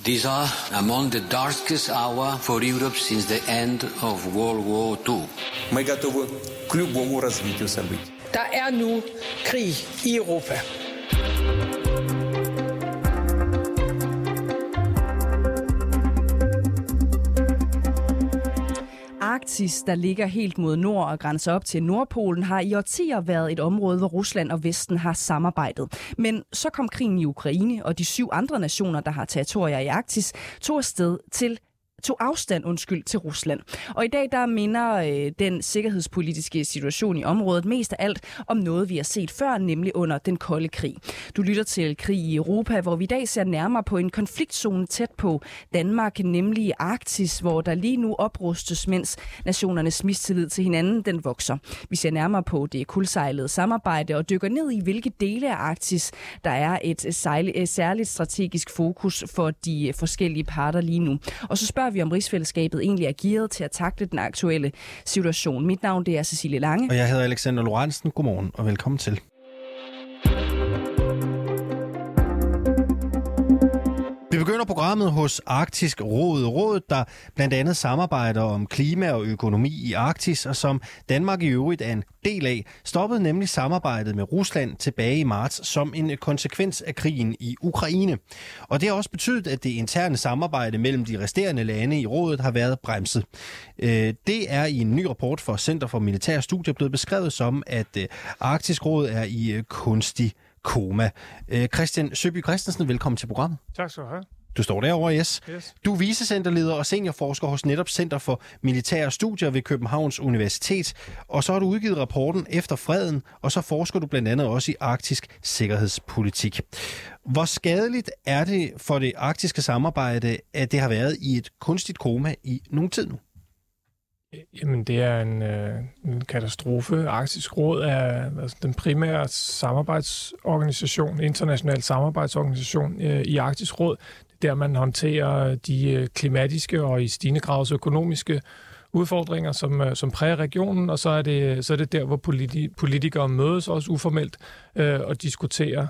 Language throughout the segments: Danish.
These are among the darkest hours for Europe since the end of World War II. Мы готовы к любому развитию событий. Der er nu krig i Europa. Arktis, der ligger helt mod nord og grænser op til Nordpolen, har i årtier været et område, hvor Rusland og Vesten har samarbejdet. Men så kom krigen i Ukraine, og de 7 andre nationer, der har territorier i Arktis, tog afstand til Rusland. Og i dag der minder den sikkerhedspolitiske situation i området mest af alt om noget, vi har set før, nemlig under den kolde krig. Du lytter til Krig i Europa, hvor vi i dag ser nærmere på en konfliktzone tæt på Danmark, nemlig Arktis, hvor der lige nu oprustes, mens nationernes mistillid til hinanden den vokser. Vi ser nærmere på det kuldsejlede samarbejde og dykker ned i, hvilke dele af Arktis, der er et særligt strategisk fokus for de forskellige parter lige nu. Og så spørger vi, om rigsfællesskabet egentlig er gearet til at takle den aktuelle situation. Mit navn det er Cecilie Lange. Og jeg hedder Alexander Lorentzen. Godmorgen og velkommen til. Vi begynder programmet hos Arktisk Råd. Rådet, der blandt andet samarbejder om klima og økonomi i Arktis, og som Danmark i øvrigt er en del af, stoppede nemlig samarbejdet med Rusland tilbage i marts som en konsekvens af krigen i Ukraine. Og det har også betydet, at det interne samarbejde mellem de resterende lande i rådet har været bremset. Det er i en ny rapport fra Center for Militære Studier blevet beskrevet som, at Arktisk Råd er i kunstig koma. Christian Søby Christensen, velkommen til programmet. Tak skal du have. Du står derovre, yes. Du er vicecenterleder og seniorforsker hos netop Center for Militære Studier ved Københavns Universitet, og så har du udgivet rapporten Efter freden, og så forsker du blandt andet også i arktisk sikkerhedspolitik. Hvor skadeligt er det for det arktiske samarbejde, at det har været i et kunstigt koma i nogen tid nu? Jamen, det er en katastrofe. Arktisk Råd er den primære samarbejdsorganisation, international samarbejdsorganisation i Arktisk Råd. Det er der, man håndterer de klimatiske og i stigende grad økonomiske udfordringer, som præger regionen, og så er det der, hvor politikere mødes også uformelt og diskuterer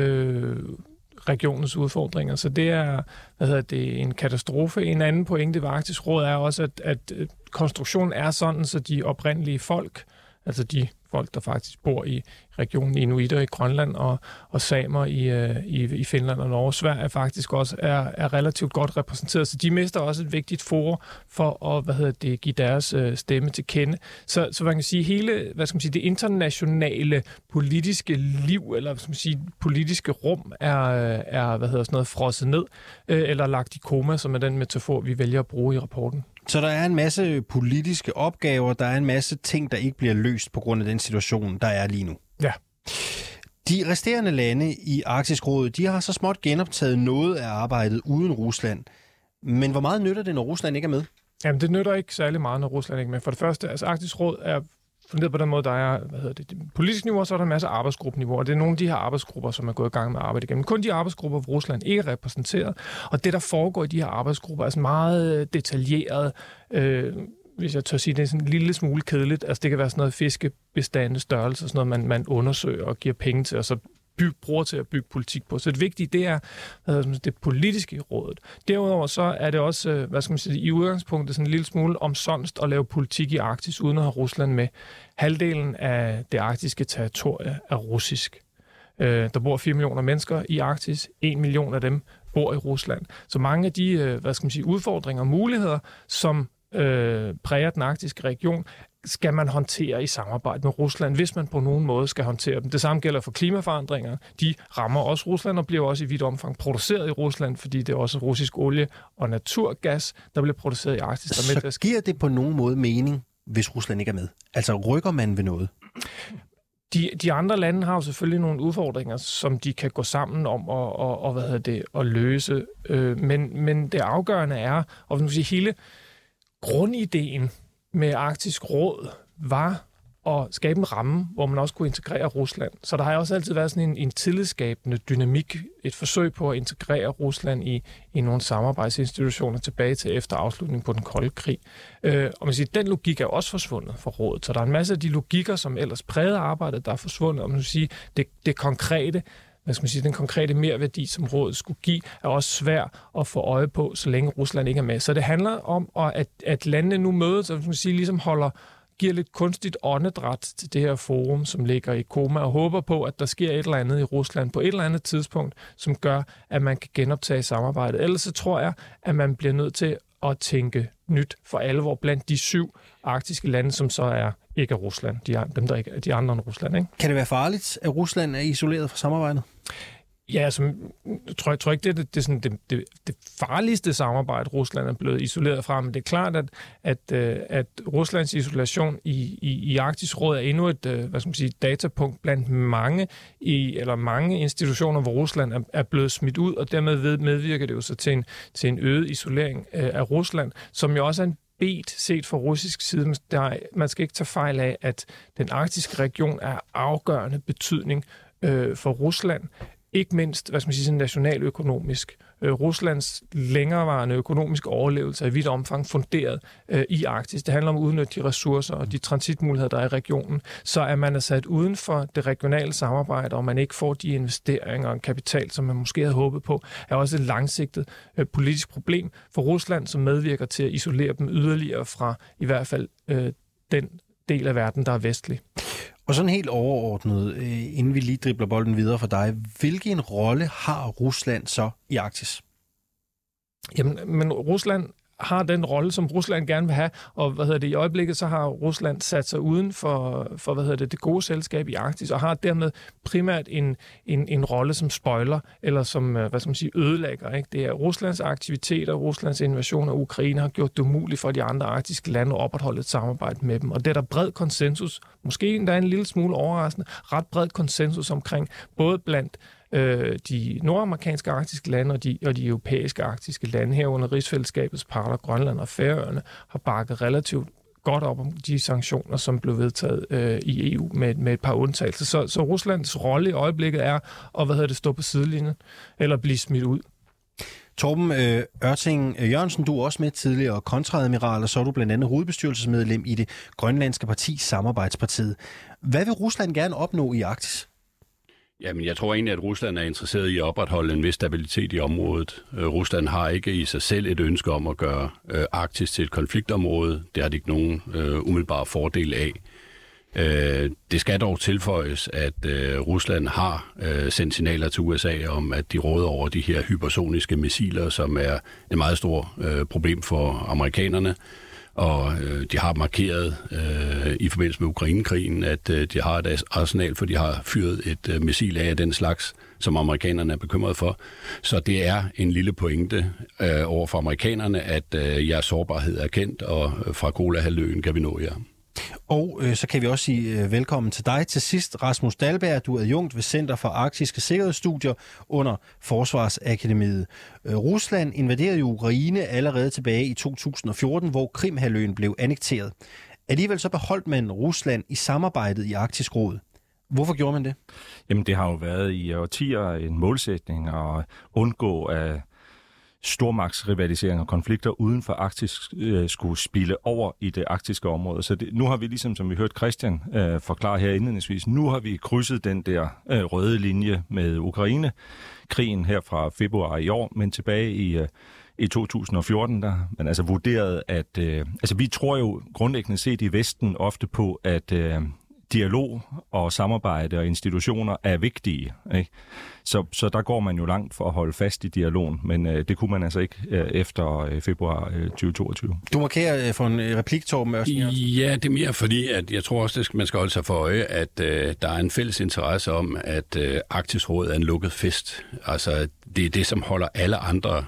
regionens udfordringer. Så det er en katastrofe. En anden pointe ved Arktisk Råd er også, at konstruktionen er sådan, så de oprindelige folk, altså de folk, der faktisk bor i regionen, inuitter i Grønland og samer i Finland og Norge, Sverige faktisk også er relativt godt repræsenteret. Så de mister også et vigtigt forum for at give deres stemme til kende. Så man kan sige, hele det internationale politiske liv, eller politiske rum er frosset ned, eller lagt i koma, som er den metafor, vi vælger at bruge i rapporten. Så der er en masse politiske opgaver, der er en masse ting, der ikke bliver løst på grund af den situation, der er lige nu. Ja. De resterende lande i Arktisk Råd, de har så småt genoptaget noget af arbejdet uden Rusland. Men hvor meget nytter det, når Rusland ikke er med? Jamen, det nytter ikke særlig meget, når Rusland ikke er med. For det første, altså Arktisk Råd er funderet på den måde, der er politisk niveau, så er der en masse arbejdsgruppeniveauer, og det er nogle af de her arbejdsgrupper, som er gået i gang med at arbejde igennem. Kun de arbejdsgrupper, hvor Rusland ikke er repræsenteret, og det, der foregår i de her arbejdsgrupper, er sådan meget detaljeret, hvis jeg tør sige, det er sådan en lille smule kedeligt. Altså det kan være sådan noget fiskebestande størrelse, sådan noget, man undersøger og giver penge til, og så bruger til at bygge politik på. Så det vigtige, det er det politiske i rådet. Derudover så er det også, i udgangspunktet sådan en lille smule omsonst at lave politik i Arktis, uden at have Rusland med. Halvdelen af det arktiske territorie er russisk. Der bor 4 millioner mennesker i Arktis. 1 million af dem bor i Rusland. Så mange af de, udfordringer og muligheder, som præger den arktiske region, skal man håndtere i samarbejde med Rusland, hvis man på nogen måde skal håndtere dem. Det samme gælder for klimaforandringer. De rammer også Rusland og bliver også i vidt omfang produceret i Rusland, fordi det er også russisk olie og naturgas, der bliver produceret i Arktis. Så giver det på nogen måde mening, hvis Rusland ikke er med? Altså rykker man ved noget? De andre lande har jo selvfølgelig nogle udfordringer, som de kan gå sammen om at løse. Men det afgørende er, og hele grundideen med Arktisk Råd var at skabe en ramme, hvor man også kunne integrere Rusland. Så der har også altid været sådan en tillidsskabende dynamik, et forsøg på at integrere Rusland i nogle samarbejdsinstitutioner tilbage til efter afslutningen på den kolde krig. Og man siger, den logik er også forsvundet fra rådet. Så der er en masse af de logikker, som ellers prægede arbejdet, der er forsvundet. Og man siger, det konkrete, den konkrete merværdi, som rådet skulle give, er også svær at få øje på, så længe Rusland ikke er med. Så det handler om, at landene nu mødes, og ligesom giver lidt kunstigt åndedræt til det her forum, som ligger i koma, og håber på, at der sker et eller andet i Rusland på et eller andet tidspunkt, som gør, at man kan genoptage samarbejdet. Ellers så tror jeg, at man bliver nødt til at tænke nyt for alvor blandt de 7 arktiske lande, som så ikke er Rusland. De andre end Rusland, ikke? Kan det være farligt, at Rusland er isoleret fra samarbejdet? Ja, jeg tror ikke, det er sådan det farligste samarbejde, Rusland er blevet isoleret fra, men det er klart, at Ruslands isolation i Arktisk Råd er endnu et datapunkt blandt mange institutioner, hvor Rusland er blevet smidt ud, og dermed medvirker det jo så til en øget isolering af Rusland, som jo også er en set fra russisk side. Man skal ikke tage fejl af, at den arktiske region er afgørende betydning for Rusland. Ikke mindst, sådan nationaløkonomisk. Ruslands længerevarende økonomiske overlevelse er i vidt omfang funderet i Arktis. Det handler om at udnytte de ressourcer og de transitmuligheder, der er i regionen. Så er man sat uden for det regionale samarbejde, og man ikke får de investeringer og kapital, som man måske havde håbet på, er også et langsigtet politisk problem for Rusland, som medvirker til at isolere dem yderligere fra i hvert fald den del af verden, der er vestlig. Og sådan helt overordnet, inden vi lige dribler bolden videre for dig, hvilken rolle har Rusland så i Arktis? Jamen, men Rusland har den rolle, som Rusland gerne vil have, og i øjeblikket så har Rusland sat sig uden for det gode selskab i Arktis, og har dermed primært en rolle som spoiler, eller som, ødelægger. Ikke? Det er Ruslands aktiviteter, Ruslands invasion af Ukraine har gjort det umuligt for de andre arktiske lande at opretholde et samarbejde med dem, og det er der bred konsensus, måske endda en lille smule overraskende, ret bred konsensus omkring, både blandt de nordamerikanske arktiske lande og de europæiske arktiske lande herunder rigsfællesskabets parter, Grønland og Færøerne, har bakket relativt godt op om de sanktioner, som blev vedtaget i EU med et par undtagelser. Så Ruslands rolle i øjeblikket er at stå på sidelinjen eller blive smidt ud. Torben Ørting Jørgensen, du er også med tidligere kontreadmiral, og så er du blandt andet hovedbestyrelsesmedlem i det grønlandske parti Samarbejdspartiet. Hvad vil Rusland gerne opnå i Arktis? Jamen, jeg tror egentlig, at Rusland er interesseret i at opretholde en vis stabilitet i området. Rusland har ikke i sig selv et ønske om at gøre Arktis til et konfliktområde. Det har de ikke nogen umiddelbare fordel af. Det skal dog tilføjes, at Rusland har sendt signaler til USA om, at de råder over de her hypersoniske missiler, som er et meget stort problem for amerikanerne. Og de har markeret i forbindelse med Ukrainekrigen, at de har et arsenal, for de har fyret et missil af den slags, som amerikanerne er bekymret for. Så det er en lille pointe over for amerikanerne, at jeres sårbarhed er kendt, og fra Kolahalvøen kan vi nå jer. Og så kan vi også sige velkommen til dig til sidst, Rasmus Dahlberg. Du er adjunkt ved Center for Arktiske Sikkerhedsstudier under Forsvarsakademiet. Rusland invaderede jo Ukraine allerede tilbage i 2014, hvor Krimhalvøen blev annekteret. Alligevel så beholdt man Rusland i samarbejdet i Arktisk Råd. Hvorfor gjorde man det? Jamen, det har jo været i årtier en målsætning at undgå at stormagtsrivalisering og konflikter uden for Arktis skulle spille over i det arktiske område. Så nu har vi ligesom, som vi hørte Christian forklare her indledningsvis, nu har vi krydset den der røde linje med Ukraine, krigen her fra februar i år, men tilbage i 2014, der man altså vurderede, at vi tror jo grundlæggende set i Vesten ofte på, at dialog og samarbejde og institutioner er vigtige, ikke? Så der går man jo langt for at holde fast i dialogen, men det kunne man altså ikke efter februar 2022. Du markerer for en replik, Torben Ørting. Ja, det er mere fordi, at jeg tror også, at man skal holde sig for øje, at der er en fælles interesse om, at Arktisk Råd er en lukket fest. Altså, det er det, som holder alle andre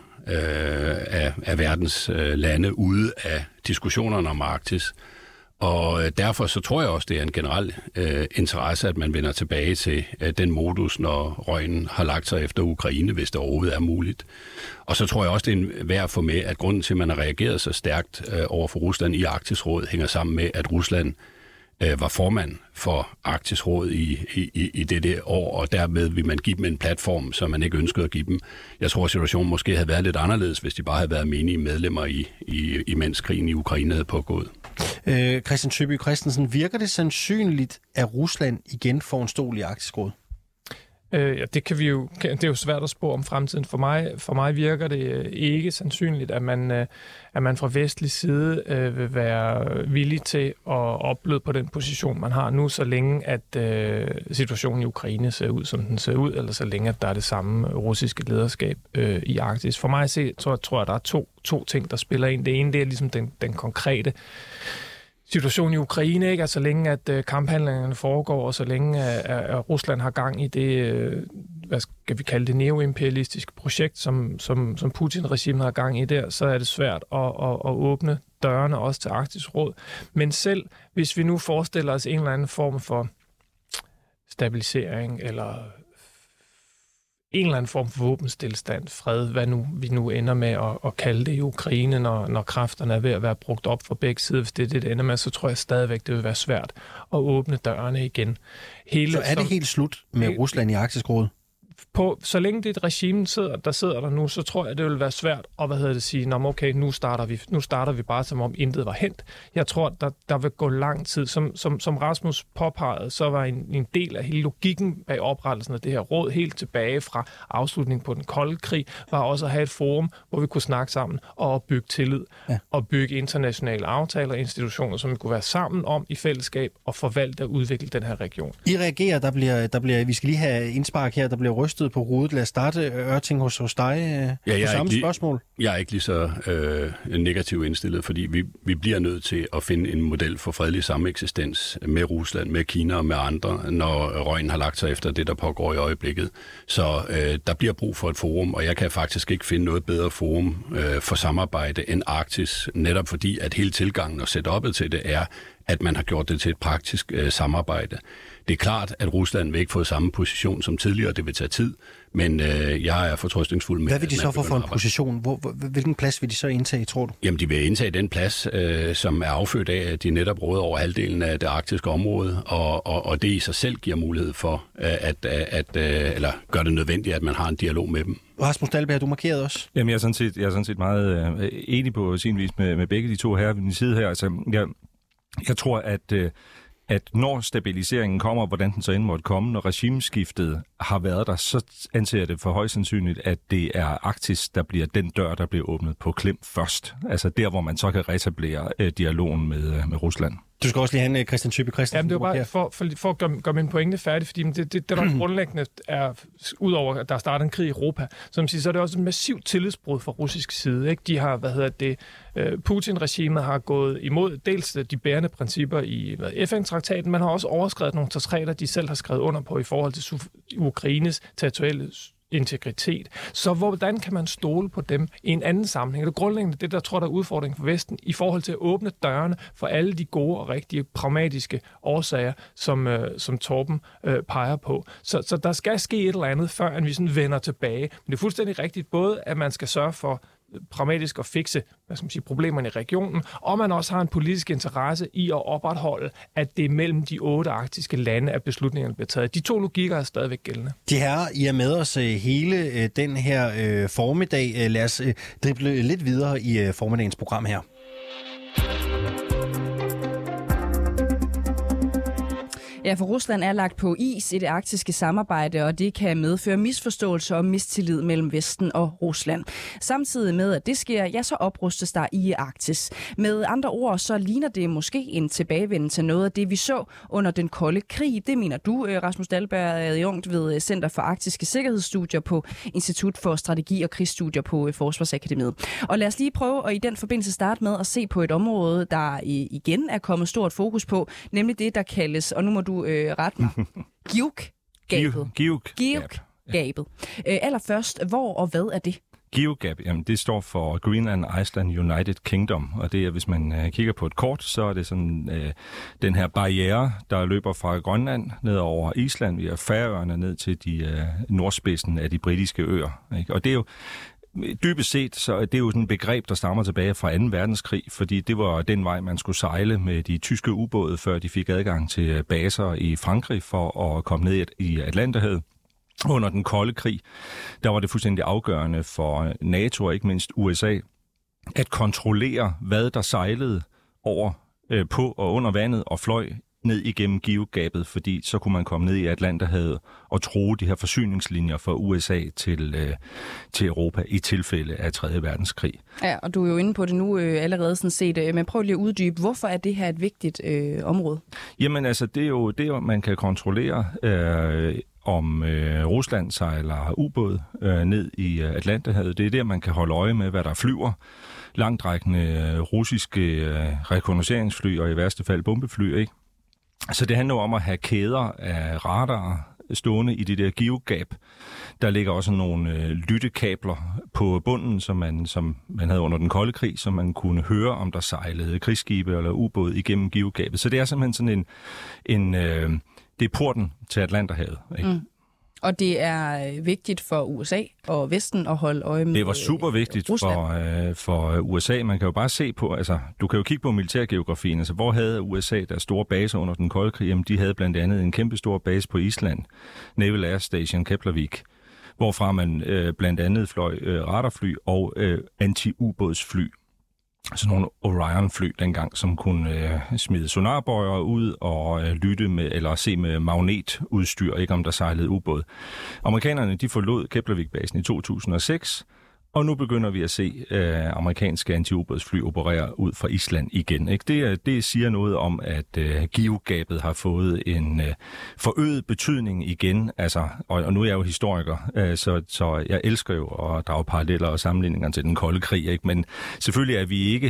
af verdens lande ude af diskussionerne om Arktis. Og derfor så tror jeg også, det er en generel interesse, at man vender tilbage til den modus, når røgen har lagt sig efter Ukraine, hvis det overhovedet er muligt. Og så tror jeg også, det er værd at få med, at grunden til, at man har reageret så stærkt over for Rusland i Arktisk Råd, hænger sammen med, at Rusland var formand for Arktisk Råd i det år, og dermed vil man give dem en platform, som man ikke ønskede at give dem. Jeg tror, situationen måske havde været lidt anderledes, hvis de bare havde været menige medlemmer imens krigen i Ukraine havde pågået. Christian Søby Christensen, virker det sandsynligt, at Rusland igen får en stol i Arktisk Råd? Det er jo svært at spå om fremtiden. For mig virker det ikke sandsynligt, at man fra vestlig side vil være villig til at opbløde på den position, man har nu, så længe at situationen i Ukraine ser ud, som den ser ud, eller så længe at der er det samme russiske lederskab i Arktis. For mig at se, tror jeg, der er to ting, der spiller ind. Det ene, det er ligesom den konkrete situation i Ukraine, ikke? Altså, så længe at kamphandlingerne foregår, og så længe at Rusland har gang i det, hvad skal vi kalde det, neoimperialistiske projekt, som Putin-regimet har gang i der, så er det svært at åbne dørene også til Arktisk Råd. Men selv hvis vi nu forestiller os en eller anden form for stabilisering, eller en eller anden form for våbenstilstand, fred, hvad nu vi nu ender med at kalde det i Ukraine, når kræfterne er ved at være brugt op fra begge sider. Hvis det er det ender med, så tror jeg stadigvæk, det vil være svært at åbne dørene igen. Så er det helt slut med Rusland i Arktisk Råd? Så længe det er et regime, der sidder der nu, så tror jeg, det vil være svært at sige, okay, nu starter vi bare, som om intet var hent. Jeg tror, der vil gå lang tid. Som Rasmus påpegede, så var en del af hele logikken bag oprettelsen af det her råd, helt tilbage fra afslutningen på den kolde krig, var også at have et forum, hvor vi kunne snakke sammen og bygge tillid, og bygge internationale aftaler og institutioner, som vi kunne være sammen om i fællesskab og forvalte og udvikle den her region. I reagerer, vi skal lige have indspark her, der bliver rystet på hovedet. Lad os starte, Ørting, hos dig på samme spørgsmål. Jeg er ikke lige så negativt indstillet, fordi vi bliver nødt til at finde en model for fredelig sameksistens med Rusland, med Kina og med andre, når røgen har lagt sig efter det, der pågår i øjeblikket. Så der bliver brug for et forum, og jeg kan faktisk ikke finde noget bedre forum for samarbejde end Arktis, netop fordi, at hele tilgangen og setup'et til det er, at man har gjort det til et praktisk samarbejde. Det er klart, at Rusland vil ikke få samme position som tidligere, det vil tage tid, men jeg er fortrøstningsfuld med... Hvad vil de så få for en position? Hvilken plads vil de så indtage, tror du? Jamen, de vil indtage den plads, som er affødt af, at de netop råder over halvdelen af det arktiske område, og det i sig selv giver mulighed for, eller gør det nødvendigt, at man har en dialog med dem. Rasmus Dahlberg, du markerede også. Jamen, jeg er sådan set meget enig på sin vis med begge de to herrer ved min side her. Altså, jeg tror, at når stabiliseringen kommer, hvordan den så end måtte komme, når regimeskiftet har været der, så anser jeg det for højst sandsynligt, at det er Arktis, der bliver den dør, der bliver åbnet på klem først. Altså der, hvor man så kan reetablere dialogen med Rusland. Du skal også lige have en Christian Thybe Christensen. Jamen, det var bare for at gøre min pointe færdig, fordi det der grundlæggende er, udover at der starter en krig i Europa, som siger, så er det også et massivt tillidsbrud fra russisk side. Ikke? De har, Putin-regimet har gået imod dels de bærende principper i FN-traktaten, men har også overskredet nogle traktater, de selv har skrevet under på i forhold til Ukraines territoriale integritet. Så hvordan kan man stole på dem i en anden sammenhæng? Det er grundlæggende det, der tror der er udfordringen for Vesten i forhold til at åbne dørene for alle de gode og rigtige pragmatiske årsager, som Torben peger på. Så der skal ske et eller andet, før vi sådan vender tilbage. Men det er fuldstændig rigtigt, både at man skal sørge for pragmatisk at fikse problemerne i regionen, og man også har en politisk interesse i at opretholde, at det er mellem de 8 arktiske lande, at beslutningerne bliver taget. De to logikker er stadigvæk gældende. De herrer, I er med os hele den her formiddag. Lad os drible lidt videre i formiddagens program her. Ja, for Rusland er lagt på is i det arktiske samarbejde, og det kan medføre misforståelser og mistillid mellem Vesten og Rusland. Samtidig med, at det sker, ja, så oprustes der i Arktis. Med andre ord, så ligner det måske en tilbagevenden til noget af det, vi så under den kolde krig. Det mener du, Rasmus Dahlberg, adjunkt ved Center for Arktiske Sikkerhedsstudier på Institut for Strategi og Krigsstudier på Forsvarsakademiet. Og lad os lige prøve at i den forbindelse starte med at se på et område, der igen er kommet stort fokus på, nemlig det, der kaldes, og nu må du rette mig, GIUK-gabet. Allerførst, hvor og hvad er det? GIUK-gab, jamen det står for Greenland Iceland United Kingdom, og det er, hvis man kigger på et kort, så er det sådan den her barriere, der løber fra Grønland ned over Island, via Færøerne ned til de nordspidsen af de britiske øer. Ikke? Og det er jo dybest set, så det er jo sådan et begreb, der stammer tilbage fra 2. verdenskrig, fordi det var den vej, man skulle sejle med de tyske ubåde, før de fik adgang til baser i Frankrig for at komme ned i Atlanterhavet. Under den kolde krig, der var det fuldstændig afgørende for NATO og ikke mindst USA at kontrollere, hvad der sejlede over på og under vandet og fløj ned igennem GIUK-gabet, fordi så kunne man komme ned i Atlanterhavet og true de her forsyningslinjer fra USA til Europa i tilfælde af 3. verdenskrig. Ja, og du er jo inde på det nu allerede sådan set, men prøv lige at uddybe, hvorfor er det her et vigtigt område? Jamen altså, det er jo man kan kontrollere, om Rusland sejler ubåd ned i Atlanterhavet. Det er der, man kan holde øje med, hvad der flyver. Langtrækkende russiske rekognosceringsfly og i værste fald bombefly, ikke? Så det handler om at have kæder af radarer stående i det der GIUK-gab. Der ligger også nogle lyttekabler på bunden, som man havde under den kolde krig, så man kunne høre, om der sejlede krigsskibe eller ubåd igennem GIUK-gabet. Så det er simpelthen sådan det er porten til Atlanterhavet, ikke? Mm. Og det er vigtigt for USA og Vesten at holde øje med Det var super vigtigt for USA. Man kan jo bare se på, altså du kan jo kigge på militærgeografien. Altså hvor havde USA deres store baser under den kolde krig? Jamen, de havde blandt andet en kæmpe stor base på Island, Naval Air Station Keflavik, hvorfra man blandt andet fløj radarfly og anti-ubådsfly. Sådan nogle Orion-fly dengang, som kunne smide sonarbøjer ud og lytte med eller se med magnetudstyr, ikke om der sejlede ubåd. Amerikanerne de forlod Keflavik-basen i 2006, og nu begynder vi at se amerikanske anti-ubådsfly operere ud fra Island igen. Ikke? Det siger noget om, at GIUK-gabet har fået en forøget betydning igen. Altså, og nu er jeg jo historiker, så jeg elsker jo at drage paralleller og sammenligninger til den kolde krig. Ikke? Men selvfølgelig er vi ikke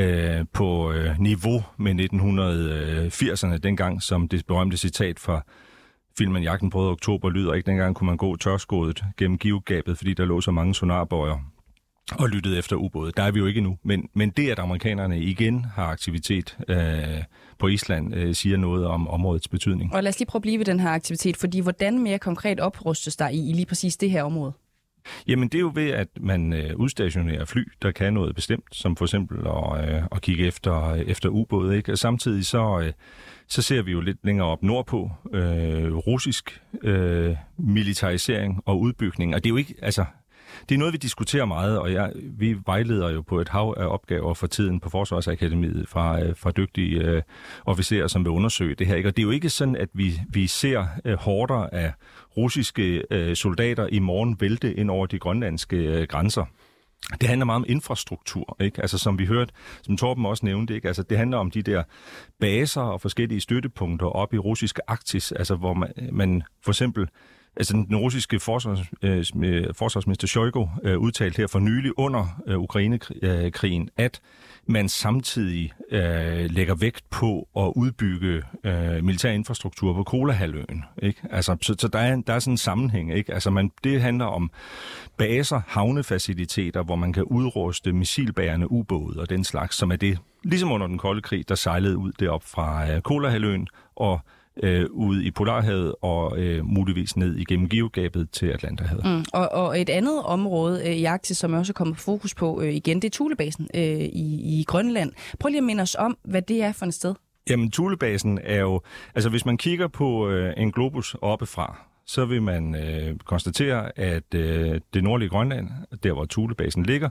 på niveau med 1980'erne, dengang som det berømte citat fra filmen Jagten på oktober lyder, ikke? Dengang kunne man gå tørskodet gennem GIUK-gabet, fordi der lå så mange sonarbøjer og lyttede efter ubåde. Der er vi jo ikke nu. Men det, at amerikanerne igen har aktivitet på Island, siger noget om områdets betydning. Og lad os lige prøve at blive ved den her aktivitet, fordi hvordan mere konkret oprustes der i lige præcis det her område? Jamen det er jo ved, at man udstationerer fly, der kan noget bestemt, som for eksempel at kigge efter ubåde, ikke? Og samtidig så ser vi jo lidt længere op nordpå russisk militarisering og udbygning. Og det er jo ikke, altså, det er noget, vi diskuterer meget, og vi vejleder jo på et hav af opgaver for tiden på Forsvarsakademiet fra dygtige officerer, som vil undersøge det her. Ikke? Og det er jo ikke sådan, at vi ser horder af russiske soldater i morgen vælte ind over de grønlandske grænser. Det handler meget om infrastruktur, ikke? Altså som vi hørte, som Torben også nævnte, ikke? Altså det handler om de der baser og forskellige støttepunkter op i russiske Arktis, altså hvor man for eksempel, altså den russiske forsvarsminister Shoigu udtalte her for nylig under Ukrainekrigen, at man samtidig lægger vægt på at udbygge militær infrastruktur på Kolahalvøen, ikke? Altså så der er sådan en sammenhæng, ikke? Altså det handler om baser, havnefaciliteter, hvor man kan udruste missilbærende ubåde og den slags, som er det, ligesom under den kolde krig, der sejlede ud derop fra Kolahalvøen og ude i Polarhavet og muligvis ned igennem GIUK-gabet til Atlanterhavet. Mm. Og et andet område i Arktis, som også er kommet fokus på igen, det er Thulebasen i Grønland. Prøv lige at minde os om, hvad det er for et sted. Jamen, Thulebasen er jo, altså hvis man kigger på en globus oppefra, så vil man konstatere, at det nordlige Grønland, der hvor Thulebasen ligger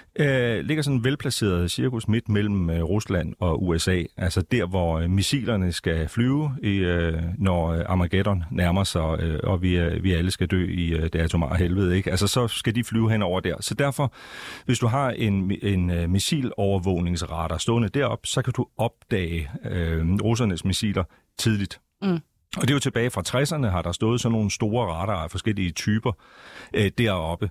sådan velplaceret cirkus midt mellem Rusland og USA. Altså der, hvor missilerne skal flyve, når Armageddon nærmer sig, og vi alle skal dø i det atomare helvede, ikke? Altså så skal de flyve hen over der. Så derfor, hvis du har en missilovervågningsradar stående derop, så kan du opdage russernes missiler tidligt. Mm. Og det er jo tilbage fra 60'erne, har der stået sådan nogle store radarer af forskellige typer deroppe.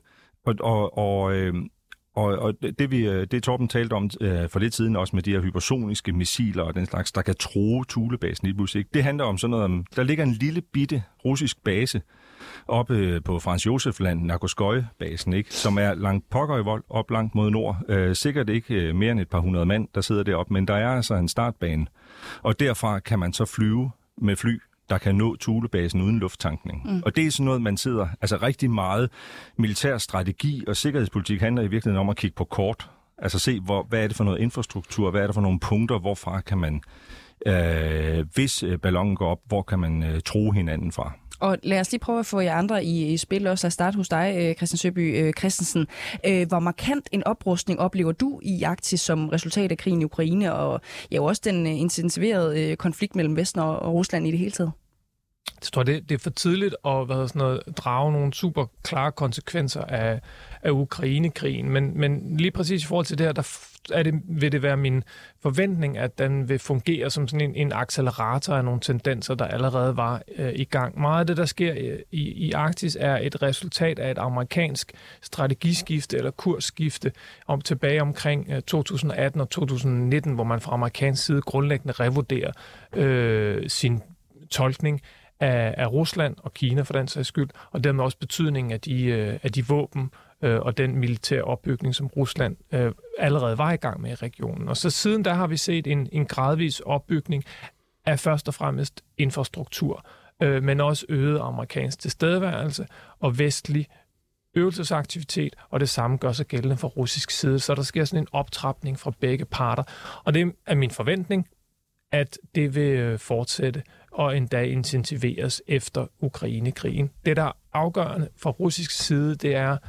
Og det Torben talte om for lidt siden, også med de her hypersoniske missiler og den slags, der kan true Thulebasen i musik. Det handler om sådan noget om, der ligger en lille bitte russisk base oppe på Franz Josef Land, Nagoskøj-basen, ikke, som er langt pokker i vold, op langt mod nord. Sikkert ikke mere end et par hundrede mand, der sidder deroppe, men der er altså en startbane. Og derfra kan man så flyve med fly, der kan nå Thulebasen uden lufttankning. Mm. Og det er sådan noget, man sidder, altså rigtig meget militær strategi og sikkerhedspolitik handler i virkeligheden om at kigge på kort. Altså se, hvad er det for noget infrastruktur, hvad er det for nogle punkter, hvorfra kan man, hvis ballonen går op, hvor kan man true hinanden fra. Og lad os lige prøve at få jer andre i spil også. Lad os starte hos dig, Christian Søby Christensen. Hvor markant en oprustning oplever du i Arktis som resultat af krigen i Ukraine, og jo også den intensiverede konflikt mellem Vesten og Rusland i det hele taget? Jeg tror, det er for tidligt at drage nogle super klare konsekvenser af Ukraine-krigen. Men lige præcis i forhold til det her, vil det være min forventning, at den vil fungere som sådan en accelerator af nogle tendenser, der allerede var i gang. Meget af det, der sker i Arktis, er et resultat af et amerikansk strategiskifte eller kursskifte tilbage omkring 2018 og 2019, hvor man fra amerikansk side grundlæggende revurderer sin tolkning af Rusland og Kina for den sags skyld, og dermed også betydningen af de våben og den militære opbygning, som Rusland allerede var i gang med i regionen. Og så siden der har vi set en gradvis opbygning af først og fremmest infrastruktur, men også øget amerikansk tilstedeværelse og vestlig øvelsesaktivitet, og det samme gør sig gældende fra russisk side. Så der sker sådan en optrapning fra begge parter, og det er min forventning, at det vil fortsætte og endda intensiveres efter Ukraine-krigen. Det, der er afgørende fra russisk side, det er,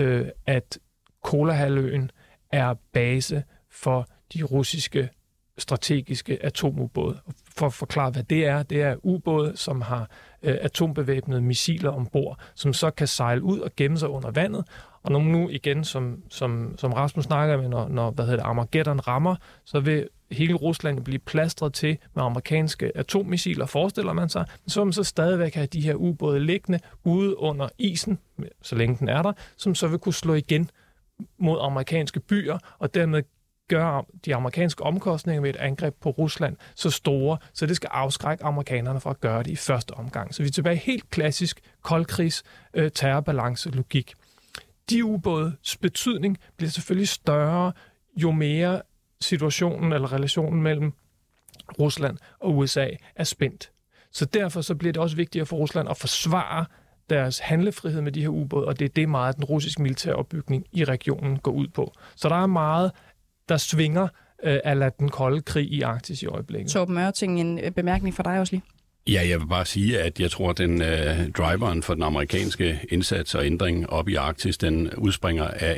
at Kolahalvøen er base for de russiske strategiske atomubåde. For at forklare, hvad det er ubåde, som har atombevæbnede missiler ombord, som så kan sejle ud og gemme sig under vandet. Og når nu igen, som Rasmus snakker med, når Armageddon rammer, så vil hele Rusland blive plastret til med amerikanske atommissiler, forestiller man sig, men så vil man så stadigvæk have de her ubåde liggende ude under isen, så længe den er der, som så vil kunne slå igen mod amerikanske byer, og dermed gøre de amerikanske omkostninger ved et angreb på Rusland så store, så det skal afskrække amerikanerne fra at gøre det i første omgang. Så vi er tilbage helt klassisk koldkrigs terrorbalance-logik. De ubådes betydning bliver selvfølgelig større, jo mere situationen eller relationen mellem Rusland og USA er spændt. Så derfor så bliver det også vigtigere for Rusland at forsvare deres handlefrihed med de her ubåde, og det er det meget, den russiske militære opbygning i regionen går ud på. Så der er meget, der svinger ala den kolde krig i Arktis i øjeblikket. Torben Ørting, en bemærkning fra dig også lige. Ja, jeg vil bare sige, at jeg tror, at den driveren for den amerikanske indsats og ændring op i Arktis, den udspringer af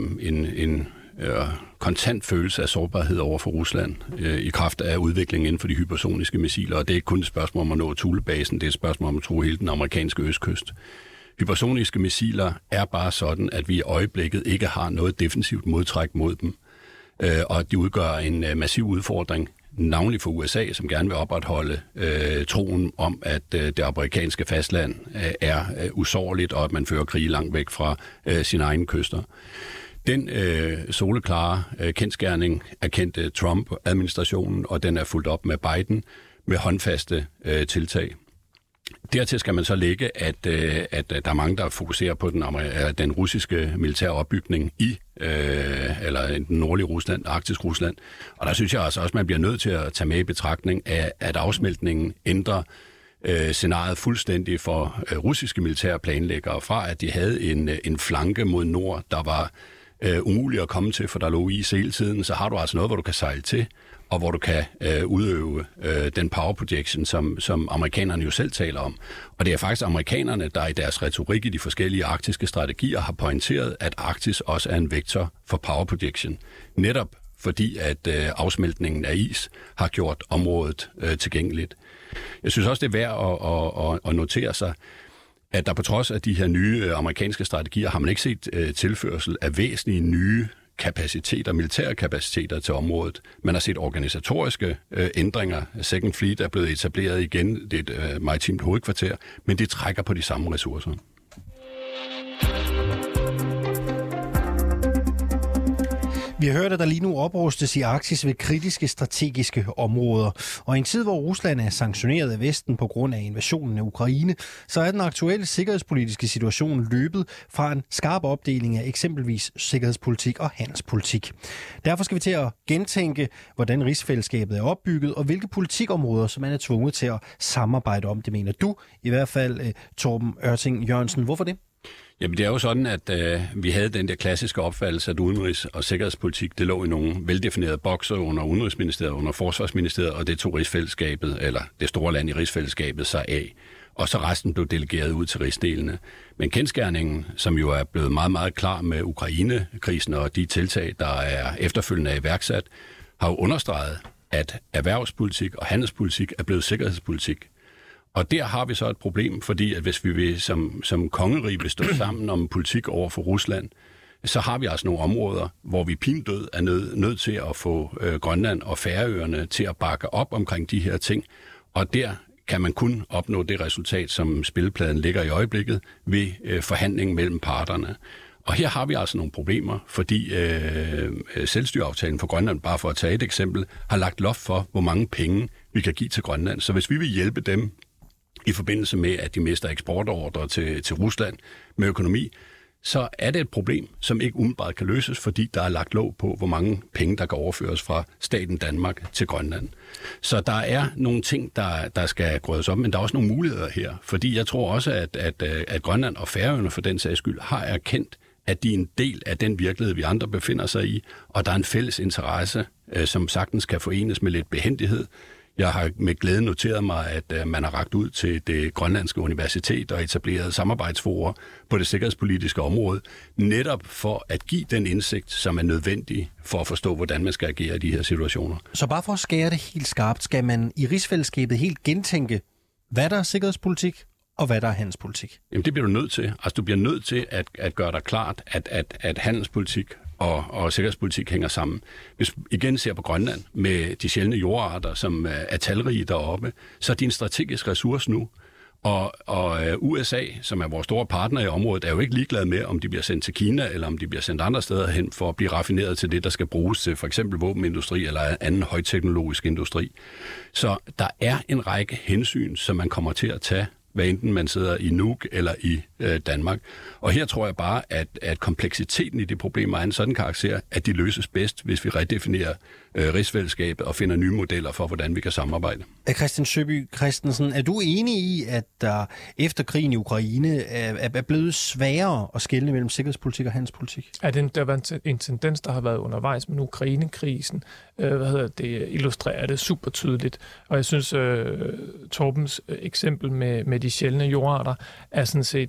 en kontant følelse af sårbarhed over for Rusland i kraft af udviklingen inden for de hypersoniske missiler. Og det er ikke kun et spørgsmål om at nå Thulebasen, det er et spørgsmål om at true hele den amerikanske østkyst. Hypersoniske missiler er bare sådan, at vi i øjeblikket ikke har noget defensivt modtræk mod dem. Og de udgør en massiv udfordring, navnlig for USA, som gerne vil opretholde troen om, at det amerikanske fastland er usårligt, og at man fører krig langt væk fra sine egne kyster. Den soleklare kendsgerning erkendte Trump-administrationen, og den er fulgt op med Biden med håndfaste tiltag. Dertil skal man så lægge, at der er mange, der fokuserer på den russiske militære opbygning i den nordlige Rusland, arktisk Rusland. Og der synes jeg altså også, at man bliver nødt til at tage med i betragtning af, at afsmeltningen ændrer scenariet fuldstændig for russiske militære planlæggere fra, at de havde en flanke mod nord, der var umulig at komme til, for der lå is hele tiden, så har du altså noget, hvor du kan sejle til, og hvor du kan udøve den power projection, som amerikanerne jo selv taler om. Og det er faktisk amerikanerne, der i deres retorik i de forskellige arktiske strategier har pointeret, at Arktis også er en vektor for power projection. Netop fordi, at afsmeltningen af is har gjort området tilgængeligt. Jeg synes også, det er værd at notere sig, at der på trods af de her nye amerikanske strategier, har man ikke set tilførsel af væsentlige nye kapaciteter, militære kapaciteter til området. Man har set organisatoriske ændringer. Second Fleet er blevet etableret igen. Det er et maritimt hovedkvarter, men det trækker på de samme ressourcer. Vi har hørt, at der lige nu oprustes i Arktis ved kritiske strategiske områder. Og i en tid, hvor Rusland er sanktioneret af Vesten på grund af invasionen af Ukraine, så er den aktuelle sikkerhedspolitiske situation løbet fra en skarp opdeling af eksempelvis sikkerhedspolitik og handelspolitik. Derfor skal vi til at gentænke, hvordan rigsfællesskabet er opbygget, og hvilke politikområder, som man er tvunget til at samarbejde om. Det mener du, i hvert fald Torben Ørting Jørgensen. Hvorfor det? Jamen det er jo sådan, at vi havde den der klassiske opfattelse, at udenrigs- og sikkerhedspolitik, det lå i nogle veldefinerede bokser under Udenrigsministeriet, under Forsvarsministeriet, og det tog rigsfællesskabet, eller det store land i rigsfællesskabet, sig af. og så resten blev delegeret ud til rigsdelene. Men kendsgerningen, som jo er blevet meget, meget klar med Ukraine-krisen og de tiltag, der er efterfølgende iværksat, har jo understreget, at erhvervspolitik og handelspolitik er blevet sikkerhedspolitik. Og der har vi så et problem, fordi at hvis vi vil som kongerige vil stå sammen om politik over for Rusland, så har vi altså nogle områder, hvor vi pindød er nødt til at få Grønland og Færøerne til at bakke op omkring de her ting. Og der kan man kun opnå det resultat, som spillepladen ligger i øjeblikket, ved forhandling mellem parterne. Og her har vi altså nogle problemer, fordi selvstyreaftalen for Grønland, bare for at tage et eksempel, har lagt loft for, hvor mange penge vi kan give til Grønland. Så hvis vi vil hjælpe dem i forbindelse med, at de mister eksportordre til Rusland med økonomi, så er det et problem, som ikke umiddelbart kan løses, fordi der er lagt låg på, hvor mange penge, der kan overføres fra staten Danmark til Grønland. Så der er nogle ting, der skal grødes op, men der er også nogle muligheder her. Fordi jeg tror også, at Grønland og Færøerne for den sags skyld har erkendt, at de er en del af den virkelighed, vi andre befinder sig i, og der er en fælles interesse, som sagtens kan forenes med lidt behændighed. Jeg har med glæde noteret mig, at man har rakt ud til det grønlandske universitet og etableret samarbejdsforer på det sikkerhedspolitiske område, netop for at give den indsigt, som er nødvendig for at forstå, hvordan man skal agere i de her situationer. Så bare for at skære det helt skarpt, skal man i rigsfællesskabet helt gentænke, hvad der er sikkerhedspolitik og hvad der er handelspolitik? Jamen det bliver du nødt til. Altså du bliver nødt til at gøre dig klart, at handelspolitik og sikkerhedspolitik hænger sammen. Hvis vi igen ser på Grønland med de sjældne jordarter, som er talrige deroppe, så er de en strategisk ressource nu. Og USA, som er vores store partner i området, er jo ikke ligeglade med, om de bliver sendt til Kina, eller om de bliver sendt andre steder hen for at blive raffineret til det, der skal bruges til for eksempel våbenindustri eller anden højteknologisk industri. Så der er en række hensyn, som man kommer til at tage, hvad enten man sidder i Nuuk eller i Danmark. Og her tror jeg bare, at kompleksiteten i de problemer er en sådan karakter, at de løses bedst, hvis vi redefinerer rigsfællesskabet og finder nye modeller for, hvordan vi kan samarbejde. Christian Søby Christensen, er du enig i, at der efter krigen i Ukraine er blevet sværere at skelne mellem sikkerhedspolitik og handelspolitik? Ja, der var en tendens, der har været undervejs med Ukraine-krisen. Det illustrerer det super tydeligt. Og jeg synes, Torbens eksempel med de sjældne jordarter er sådan set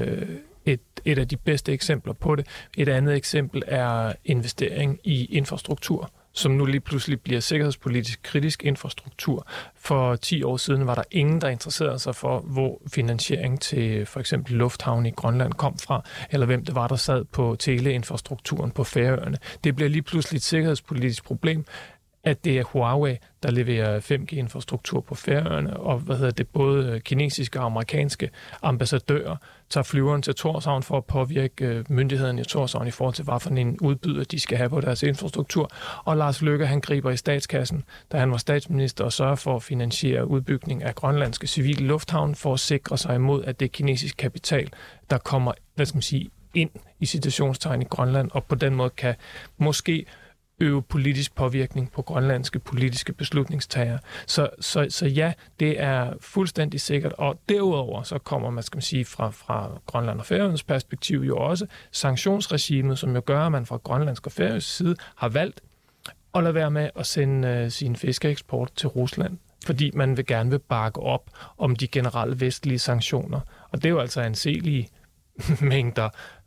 et af de bedste eksempler på det. Et andet eksempel er investering i infrastruktur, som nu lige pludselig bliver sikkerhedspolitisk kritisk infrastruktur. For 10 år siden var der ingen, der interesserede sig for, hvor finansiering til for eksempel lufthavn i Grønland kom fra, eller hvem det var, der sad på teleinfrastrukturen på Færøerne. Det bliver lige pludselig et sikkerhedspolitisk problem, at det er Huawei, der leverer 5G-infrastruktur på Færøerne, og både kinesiske og amerikanske ambassadører tager flyveren til Tórshavn for at påvirke myndighederne i Tórshavn i forhold til, hvad for en udbyder de skal have på deres infrastruktur. Og Lars Løkke, han griber i statskassen, da han var statsminister, og sørger for at finansiere udbygning af grønlandske civile lufthavn for at sikre sig imod, at det er kinesisk kapital, der kommer, ind i citationstegn i Grønland, og på den måde kan måske øve politisk påvirkning på grønlandske politiske beslutningstagere. Så ja, det er fuldstændig sikkert. Og derudover så kommer man, fra Grønland og Færøernes perspektiv jo også sanktionsregimet, som jo gør, at man fra grønlandsk og færøsk side har valgt at lade være med at sende sin fiskeeksport til Rusland, fordi man gerne vil bakke op om de generelle vestlige sanktioner. Og det er jo altså anselige mængder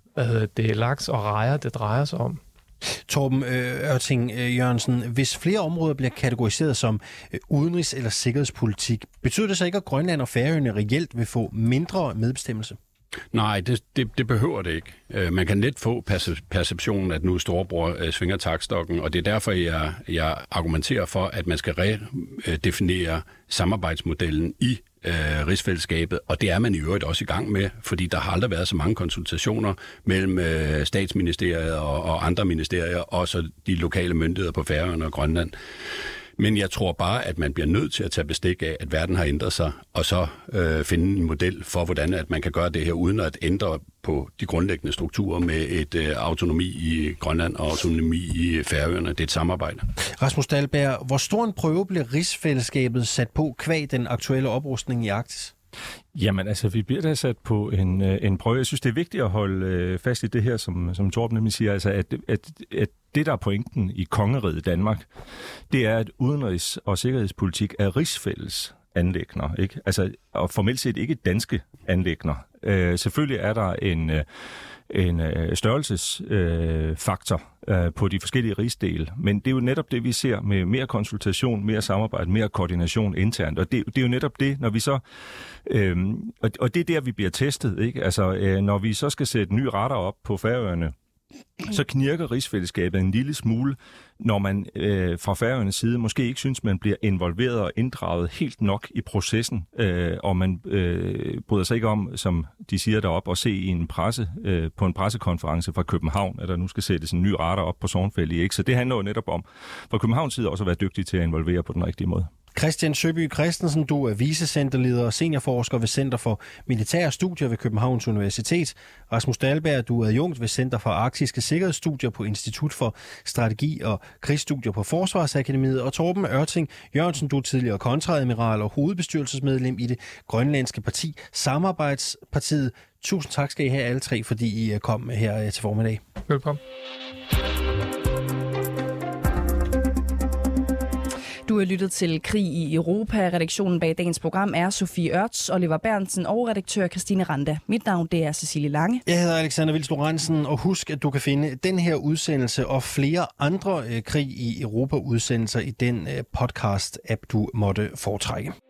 laks og rejer, det drejer sig om. Torben Ørting Jørgensen, hvis flere områder bliver kategoriseret som udenrigs- eller sikkerhedspolitik, betyder det så ikke, at Grønland og Færøerne reelt vil få mindre medbestemmelse? Nej, det behøver det ikke. Man kan let få perceptionen, at nu storebror svinger taktstokken, og det er derfor, jeg argumenterer for, at man skal redefinere samarbejdsmodellen i rigsfællesskabet, og det er man i øvrigt også i gang med, fordi der har aldrig været så mange konsultationer mellem statsministeriet og andre ministerier, og så de lokale myndigheder på Færøerne og Grønland. Men jeg tror bare, at man bliver nødt til at tage bestik af, at verden har ændret sig, og så finde en model for, hvordan at man kan gøre det her, uden at ændre på de grundlæggende strukturer med et autonomi i Grønland og autonomi i Færøerne. Det er et samarbejde. Rasmus Dahlberg, hvor stor en prøve bliver rigsfællesskabet sat på kvad den aktuelle oprustning i Arktis? Jamen altså, vi bliver da sat på en prøve. Jeg synes, det er vigtigt at holde fast i det her, som Torben nemlig siger, altså at det, der er pointen i kongeriget Danmark, det er, at udenrigs- og sikkerhedspolitik er rigsfælles. anliggender, ikke? Altså, og formelt set ikke danske anliggender. Selvfølgelig er der en størrelsesfaktor på de forskellige rigsdele, men det er jo netop det, vi ser med mere konsultation, mere samarbejde, mere koordination internt, og det er jo netop det, når vi så og det er der, vi bliver testet, ikke? Altså, når vi så skal sætte ny radar op på Færøerne, så knirker rigsfællesskabet en lille smule, når man fra Færøernes side måske ikke synes, man bliver involveret og inddraget helt nok i processen, og man bryder sig ikke om, som de siger deroppe, at se i en på en pressekonference fra København, at der nu skal sættes en ny radar op på Sornfelli, ikke? Så det handler jo netop om, fra Københavns side også at være dygtig til at involvere på den rigtige måde. Christian Søby Christensen, du er vicecenterleder og seniorforsker ved Center for Militære Studier ved Københavns Universitet. Rasmus Dahlberg, du er adjunkt ved Center for Arktiske Sikkerhedsstudier på Institut for Strategi og Krigsstudier på Forsvarsakademiet. Og Torben Ørting Jørgensen, du er tidligere kontreadmiral og hovedbestyrelsesmedlem i det grønlandske parti Samarbejdspartiet. Tusind tak skal I have alle tre, fordi I kom her til formiddag. Velkommen. Du har lyttet til Krig i Europa. Redaktionen bag dagens program er Sofie Ørts, Oliver Berntsen og redaktør Christine Randa. Mit navn det er Cecilie Lange. Jeg hedder Alexander Vils Lorentzen, og husk, at du kan finde den her udsendelse og flere andre Krig i Europa udsendelser i den podcast-app, du måtte foretrække.